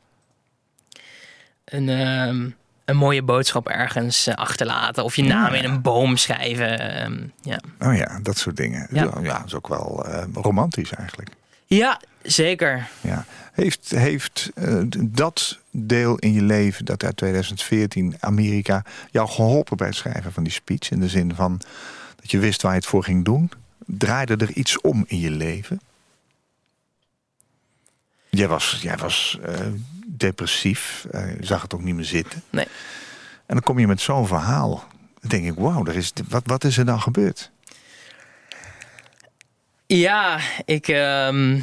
een, um, een mooie boodschap ergens uh, achterlaten. Of je naam ja. in een boom schrijven. Um, ja. Oh ja, dat soort dingen. Ja, ja dat is ook wel uh, romantisch eigenlijk. Ja, zeker. Ja. Heeft, heeft uh, dat deel in je leven, dat uit twintig veertien Amerika, jou geholpen bij het schrijven van die speech? In de zin van... dat je wist waar je het voor ging doen? Draaide er iets om in je leven? Jij was, jij was uh, depressief. Uh, je zag het ook niet meer zitten. Nee. En dan kom je met zo'n verhaal. Dan denk ik, wauw, wat, wat is er dan gebeurd? Ja, ik... Um,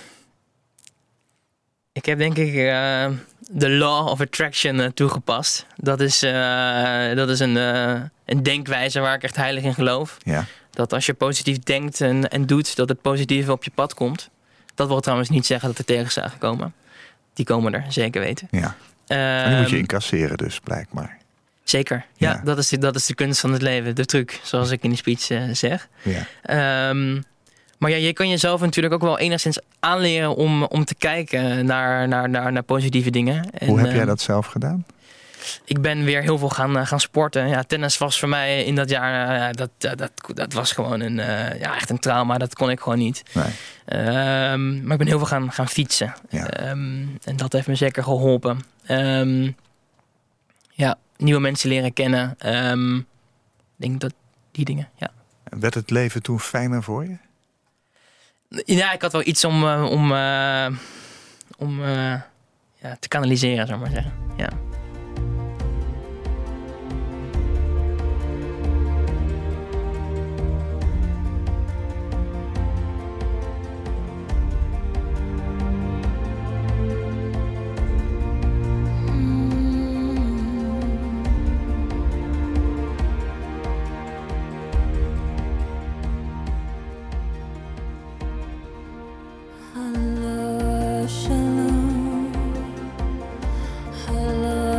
ik heb denk ik... Uh, de law of attraction uh, toegepast. Dat is, uh, dat is een, uh, een denkwijze waar ik echt heilig in geloof. Ja. Dat als je positief denkt en, en doet, dat het positieve op je pad komt. Dat wil trouwens niet zeggen dat er tegenslagen komen. Die komen er, zeker weten. Ja. Uh, die moet je incasseren dus, blijkbaar. Zeker. Ja, ja. Dat, is de, dat is de kunst van het leven. De truc, zoals ik in die speech uh, zeg. Ja. Um, Maar ja, je kan jezelf natuurlijk ook wel enigszins aanleren om, om te kijken naar, naar, naar, naar positieve dingen. En, hoe heb jij uh, dat zelf gedaan? Ik ben weer heel veel gaan, uh, gaan sporten. Ja, tennis was voor mij in dat jaar, uh, dat, uh, dat, dat was gewoon een, uh, ja, echt een trauma. Dat kon ik gewoon niet. Nee. Um, maar ik ben heel veel gaan, gaan fietsen. Ja. Um, en dat heeft me zeker geholpen. Um, ja, nieuwe mensen leren kennen. Um, ik denk dat die dingen, ja. Werd het leven toen fijner voor je? Ja, ik had wel iets om, uh, om, uh, om uh, ja, te kanaliseren, zou ik maar zeggen. Ja. Hello, shalom. Hello.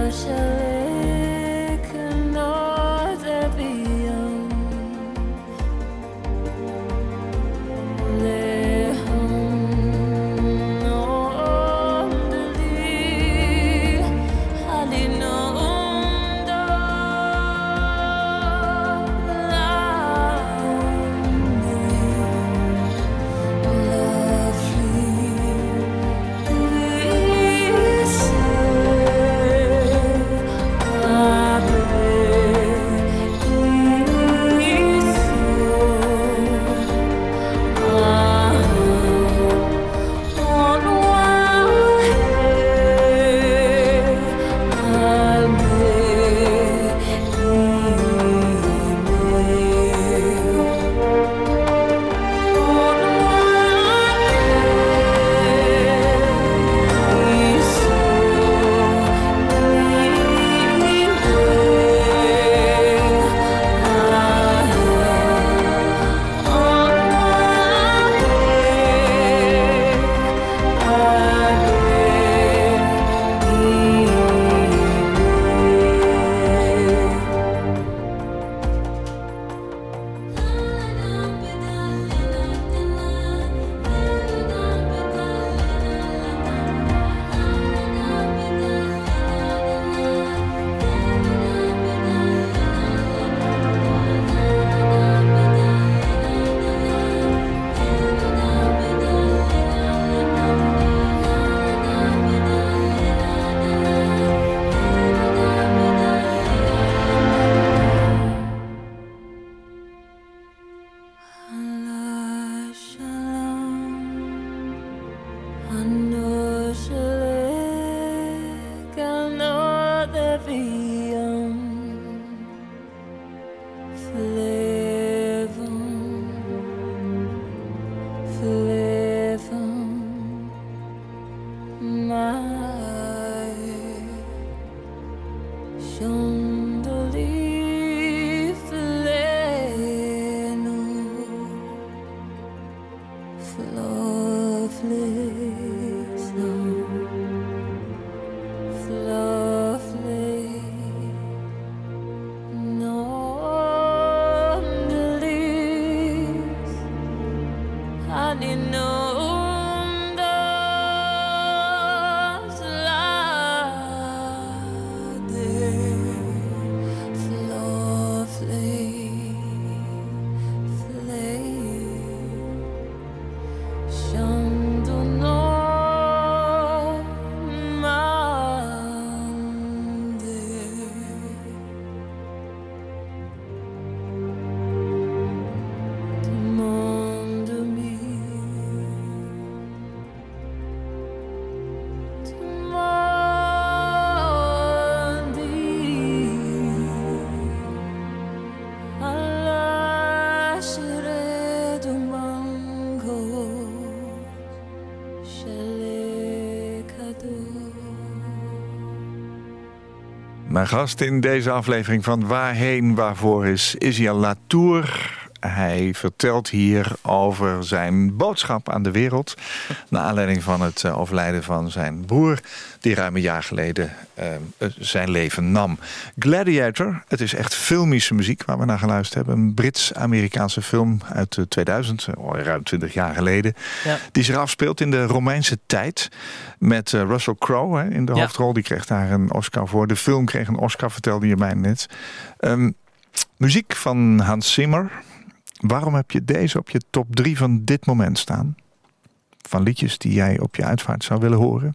Mijn gast in deze aflevering van Waarheen Waarvoor is Isiel Latour. Hij vertelt hier over zijn boodschap aan de wereld. Naar aanleiding van het overlijden van zijn broer, die ruim een jaar geleden uh, zijn leven nam. Gladiator, het is echt filmische muziek waar we naar geluisterd hebben. Een Brits-Amerikaanse film uit tweeduizend, ruim twintig jaar geleden. Ja. Die zich afspeelt in de Romeinse tijd. Met uh, Russell Crowe hè, in de ja. hoofdrol. Die kreeg daar een Oscar voor. De film kreeg een Oscar, vertelde je mij net. Um, muziek van Hans Zimmer. Waarom heb je deze op je top drie van dit moment staan? Van liedjes die jij op je uitvaart zou willen horen?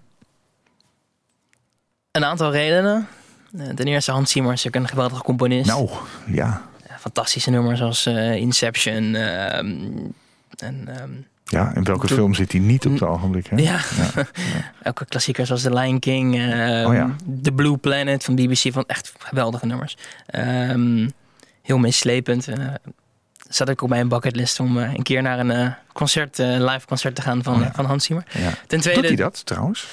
Een aantal redenen. Ten eerste, Hans Zimmer is ook een geweldige componist. Nou, ja. Fantastische nummers als uh, Inception. Uh, en, um, ja, in welke film zit hij niet op het ogenblik? Hè? Ja, ja, ja. Ook klassiekers zoals The Lion King. Uh, oh, ja. The Blue Planet van B B C. Van echt geweldige nummers. Um, heel meeslepend. Uh, Zat ik op mijn bucketlist om uh, een keer naar een uh, concert, uh, live concert te gaan van, oh ja. uh, van Hans Zimmer. Ja. Ten tweede, doet hij dat trouwens?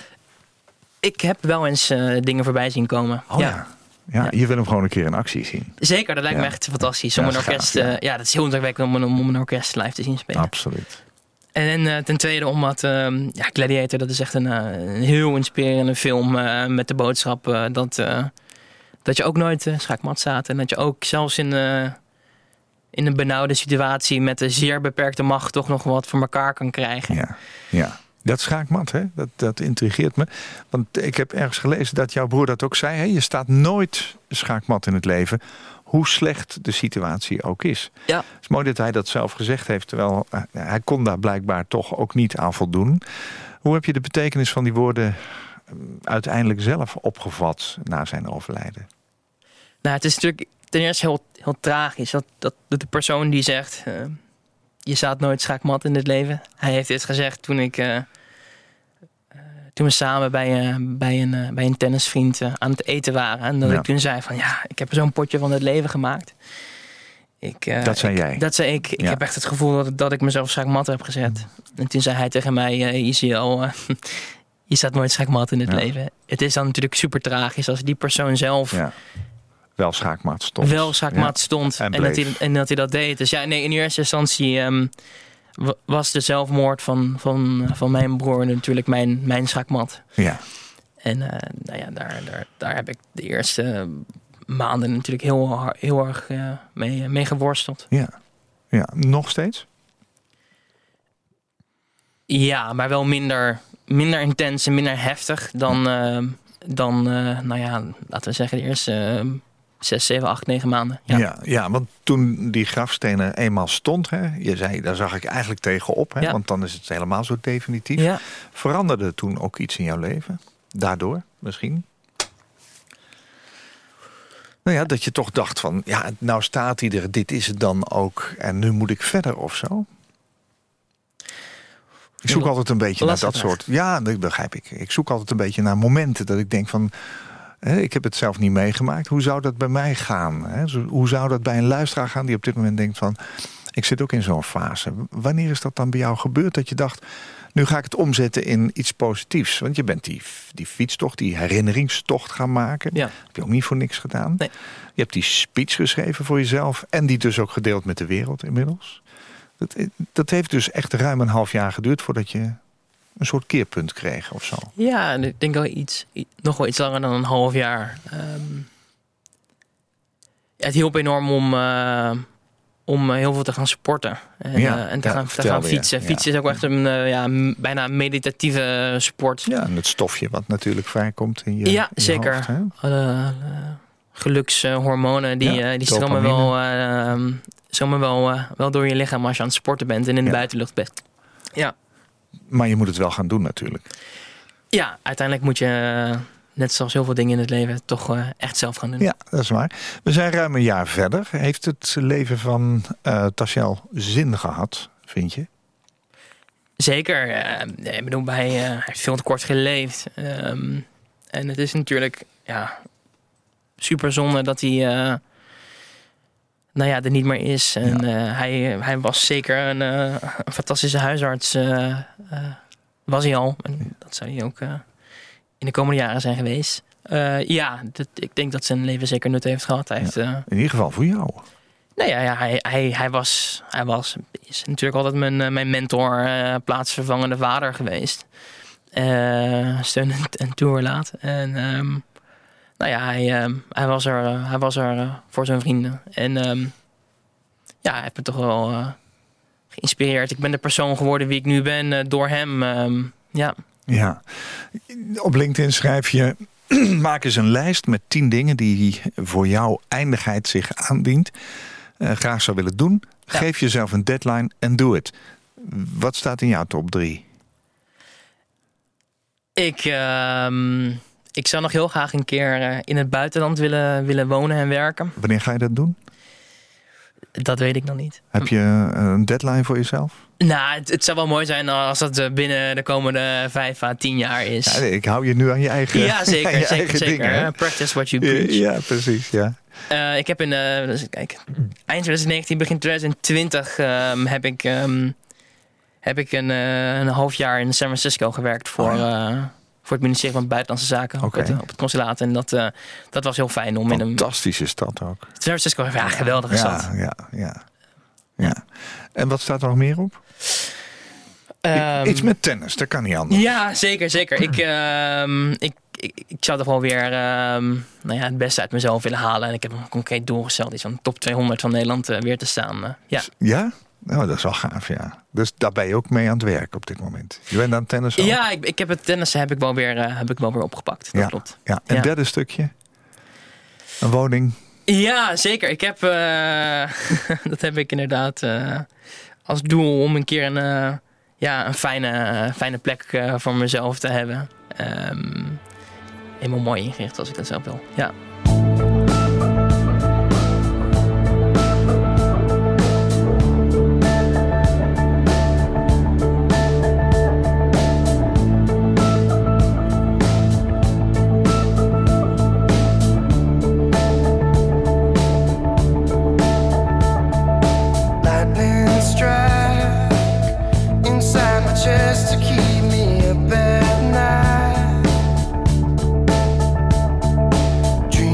Ik heb wel eens uh, dingen voorbij zien komen. Oh ja. ja. Ja, je wil hem gewoon een keer in actie zien. Zeker, dat lijkt ja. me echt fantastisch. Om ja, een orkest, gaaf, ja. Uh, ja, dat is heel indrukwekkend om een, om een orkest live te zien spelen. Absoluut. En uh, ten tweede omdat uh, ja, Gladiator, dat is echt een, uh, een heel inspirerende film uh, met de boodschap uh, dat, uh, dat je ook nooit uh, schaakmat staat. En dat je ook zelfs in, uh, in een benauwde situatie met een zeer beperkte macht toch nog wat voor elkaar kan krijgen. Ja, ja. Dat schaakmat, hè? Dat, dat intrigeert me. Want ik heb ergens gelezen dat jouw broer dat ook zei. Hè? Je staat nooit schaakmat in het leven, hoe slecht de situatie ook is. Ja. Het is mooi dat hij dat zelf gezegd heeft, terwijl uh, hij kon daar blijkbaar toch ook niet aan voldoen. Hoe heb je de betekenis van die woorden uiteindelijk zelf opgevat na zijn overlijden? Nou, het is natuurlijk ten eerste heel, heel tragisch dat, dat de persoon die zegt, Uh, je staat nooit schaakmat in het leven. Hij heeft dit gezegd toen ik uh, uh, toen we samen bij, uh, bij, een, uh, bij een tennisvriend uh, aan het eten waren. En dat ja. ik toen zei van ja, ik heb zo'n potje van het leven gemaakt. Ik, uh, dat zei ik, jij? Dat zei ik. Ik ja. heb echt het gevoel dat, dat ik mezelf schaakmat heb gezet. En toen zei hij tegen mij, uh, Isiel, uh, je staat nooit schaakmat in het ja. leven. Het is dan natuurlijk super tragisch als die persoon zelf Ja. wel schaakmat stond. Wel schaakmat ja. stond. En, en, dat hij, en dat hij dat deed. Dus ja, nee, in eerste instantie um, was de zelfmoord van, van, van mijn broer natuurlijk mijn, mijn schaakmat. Ja. En uh, nou ja, daar, daar, daar heb ik de eerste maanden natuurlijk heel, heel erg uh, mee, mee geworsteld. Ja. ja, nog steeds? Ja, maar wel minder, minder intens en minder heftig dan, uh, dan uh, nou ja, laten we zeggen de eerste Uh, Zes, zeven, acht, negen maanden. Ja. Ja, ja, want toen die grafstenen eenmaal stond, hè, je zei, daar zag ik eigenlijk tegenop, hè, ja. want dan is het helemaal zo definitief. Ja. Veranderde toen ook iets in jouw leven? Daardoor, misschien? Nou ja, dat je toch dacht van, ja, nou staat hij er, dit is het dan ook, en nu moet ik verder of zo? Ik zoek altijd een beetje naar dat soort. Ja, dat begrijp ik. Ik zoek altijd een beetje naar momenten dat ik denk van, ik heb het zelf niet meegemaakt. Hoe zou dat bij mij gaan? Hoe zou dat bij een luisteraar gaan die op dit moment denkt van, ik zit ook in zo'n fase. Wanneer is dat dan bij jou gebeurd dat je dacht, nu ga ik het omzetten in iets positiefs? Want je bent die, die fietstocht, die herinneringstocht gaan maken. Ja. Dat heb je ook niet voor niks gedaan. Nee. Je hebt die speech geschreven voor jezelf en die dus ook gedeeld met de wereld inmiddels. Dat, dat heeft dus echt ruim een half jaar geduurd voordat je een soort keerpunt kreeg of zo. Ja, ik denk wel iets, nog wel iets langer dan een half jaar. Um, ja, het hielp enorm om, uh, om heel veel te gaan sporten. En, ja, uh, en te, ja, gaan, te gaan fietsen. Ja. Fietsen is ook echt een uh, ja, m- bijna meditatieve sport. Ja, en het stofje wat natuurlijk vrijkomt in je Ja, in je zeker. hoofd, hè? Uh, uh, gelukshormonen die, Ja, uh, die stromen dopamine. wel, uh, stromen wel, uh, wel door je lichaam als je aan het sporten bent en in de Ja. buitenlucht bent. Ja. Maar je moet het wel gaan doen natuurlijk. Ja, uiteindelijk moet je, uh, net zoals heel veel dingen in het leven, toch uh, echt zelf gaan doen. Ja, dat is waar. We zijn ruim een jaar verder. Heeft het leven van uh, Tachel zin gehad, vind je? Zeker. Uh, ik bedoel, hij, uh, hij heeft veel te kort geleefd. Um, en het is natuurlijk ja, super zonde dat hij uh, nou ja, er niet meer is. En Ja. uh, hij, hij was zeker een, uh, een fantastische huisarts. Uh, uh, was hij al. En dat zou hij ook uh, in de komende jaren zijn geweest. Uh, ja, dat, ik denk dat zijn leven zeker nut heeft gehad. Hij heeft... Uh, In ieder geval voor jou. Nou ja, ja hij, hij, hij, was, hij was is natuurlijk altijd mijn, uh, mijn mentor, uh, plaatsvervangende vader geweest. Uh, steunend en toerlaat. En um, nou ja, hij, um, hij was er, uh, hij was er uh, voor zijn vrienden. En um, ja, hij heeft me toch wel uh, geïnspireerd. Ik ben de persoon geworden wie ik nu ben uh, door hem. Um, ja. Ja. Op LinkedIn schrijf je... Maak eens een lijst met tien dingen die voor jouw eindigheid zich aandient. Uh, graag zou willen doen. Ja. Geef jezelf een deadline en doe het. Wat staat in jouw top drie? Ik, uh, ik zou nog heel graag een keer uh, in het buitenland willen, willen wonen en werken. Wanneer ga je dat doen? Dat weet ik nog niet. Heb je een deadline voor jezelf? Nou, het, het zou wel mooi zijn als dat binnen de komende vijf à tien jaar is. Ja, ik hou je nu aan je eigen Ja, zeker, aan je zeker, eigen zeker. dingen, hè? Practice what you preach. Ja, precies, ja. Uh, ik heb in, uh, dus kijk, eind twintig negentien, begin twintig twintig um, heb ik, um, heb ik een, uh, een half jaar in San Francisco gewerkt voor, Oh, ja. uh, voor het ministerie van Buitenlandse Zaken op, Okay. het, op het consulaat. En dat, uh, dat was heel fijn om in een... Fantastische stad ook. San Francisco, ja, geweldige stad. Ja, ja, ja, ja. En wat staat er nog meer op? Um, Iets met tennis, dat kan niet anders. Ja, zeker, zeker. Ik, um, ik, ik, ik zou toch wel weer um, nou ja, het beste uit mezelf willen halen. En ik heb een concreet doel gesteld, iets van top tweehonderd van Nederland uh, weer te staan. Uh, ja. Ja? Nou, dat is wel gaaf, ja. Dus daar ben je ook mee aan het werk op dit moment. Je bent aan het tennissen ook? Ja, ik, ik heb het tennissen heb ik wel weer, uh, heb ik wel weer opgepakt. Dat ja, klopt. Ja. En Ja. derde stukje? Een woning? Ja, zeker. Ik heb, uh, dat heb ik inderdaad uh, als doel om een keer een, uh, ja, een fijne, uh, fijne plek uh, voor mezelf te hebben. Um, helemaal mooi ingericht als ik dat zelf wil. Ja. Dream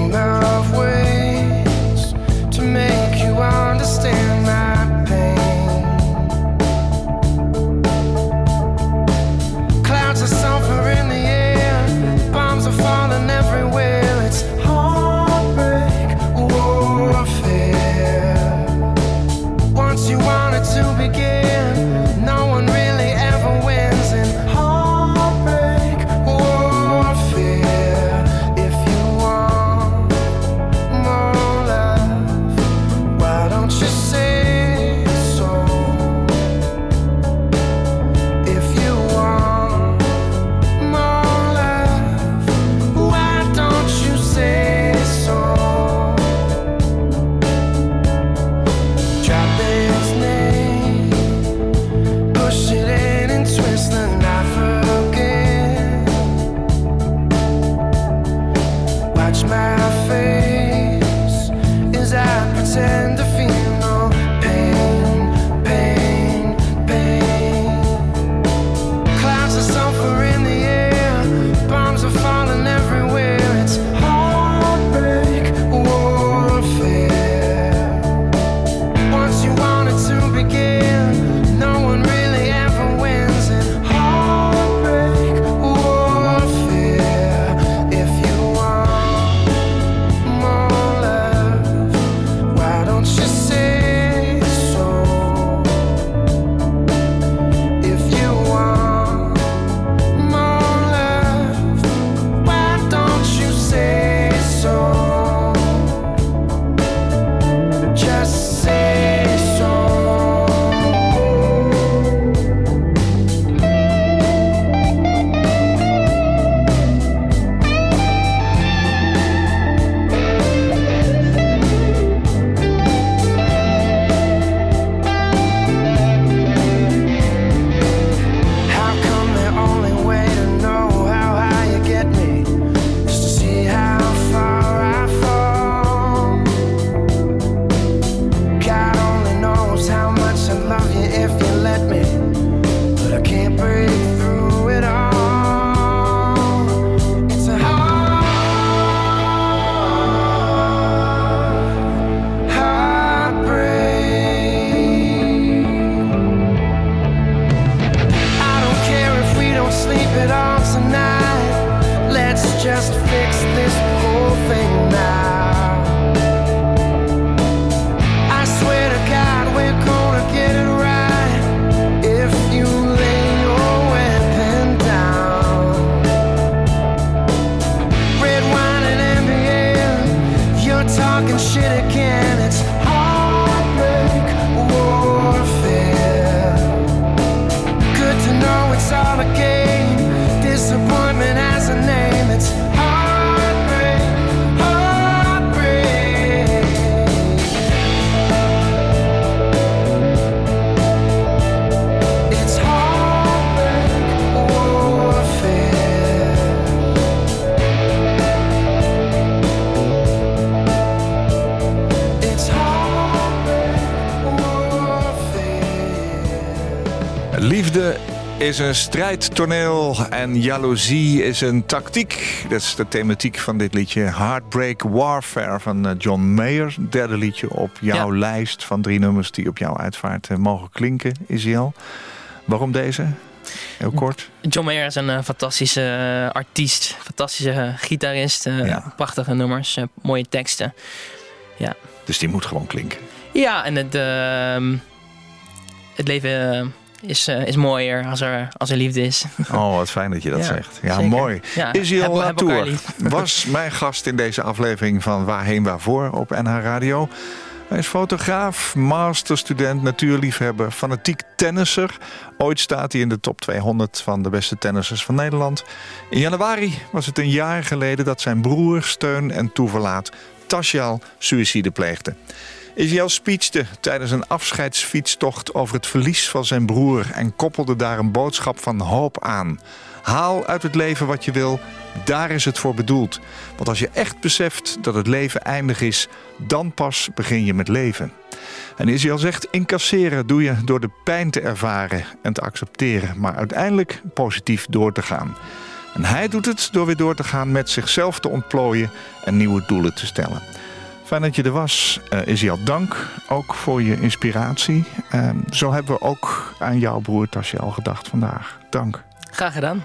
Liefde is een strijdtoneel en jaloezie is een tactiek. Dat is de thematiek van dit liedje Heartbreak Warfare van John Mayer. Derde liedje op jouw ja. lijst van drie nummers die op jouw uitvaart mogen klinken, Isiel. Waarom deze? Heel kort. John Mayer is een uh, fantastische uh, artiest, fantastische uh, gitarist. Uh, ja. Prachtige nummers, uh, mooie teksten. Ja. Dus die moet gewoon klinken. Ja, en het, uh, het leven uh, is, uh, is mooier als er, als er liefde is. Oh, wat fijn dat je dat ja, zegt. Ja, zeker. Mooi. Ja, Isiel Latour was mijn gast in deze aflevering van Waarheen Waarvoor op N H Radio. Hij is fotograaf, masterstudent, natuurliefhebber, fanatiek tennisser. Ooit staat hij in de top tweehonderd van de beste tennissers van Nederland. In januari was het een jaar geleden dat zijn broer, steun en toeverlaat Tasjal suïcide pleegde. Isiel speechte tijdens een afscheidsfietstocht over het verlies van zijn broer en koppelde daar een boodschap van hoop aan. Haal uit het leven wat je wil, daar is het voor bedoeld. Want als je echt beseft dat het leven eindig is, dan pas begin je met leven. En Isiel zegt, incasseren doe je door de pijn te ervaren en te accepteren, maar uiteindelijk positief door te gaan. En hij doet het door weer door te gaan met zichzelf te ontplooien en nieuwe doelen te stellen. Fijn dat je er was, uh, Isiel. Dank ook voor je inspiratie. Uh, zo hebben we ook aan jouw broer Tasjal gedacht vandaag. Dank. Graag gedaan.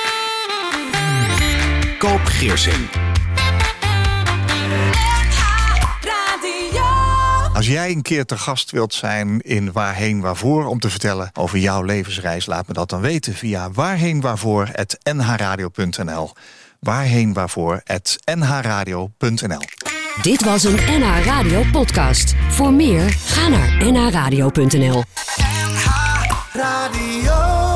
Koop Geersing. Als jij een keer te gast wilt zijn in Waarheen Waarvoor om te vertellen over jouw levensreis, laat me dat dan weten via waarheenwaarvoor apenstaartje n h radio punt n l. waarheenwaarvoor apenstaartje n h radio punt n l. Dit was een N H Radio podcast. Voor meer, ga naar n h radio punt n l. N H Radio.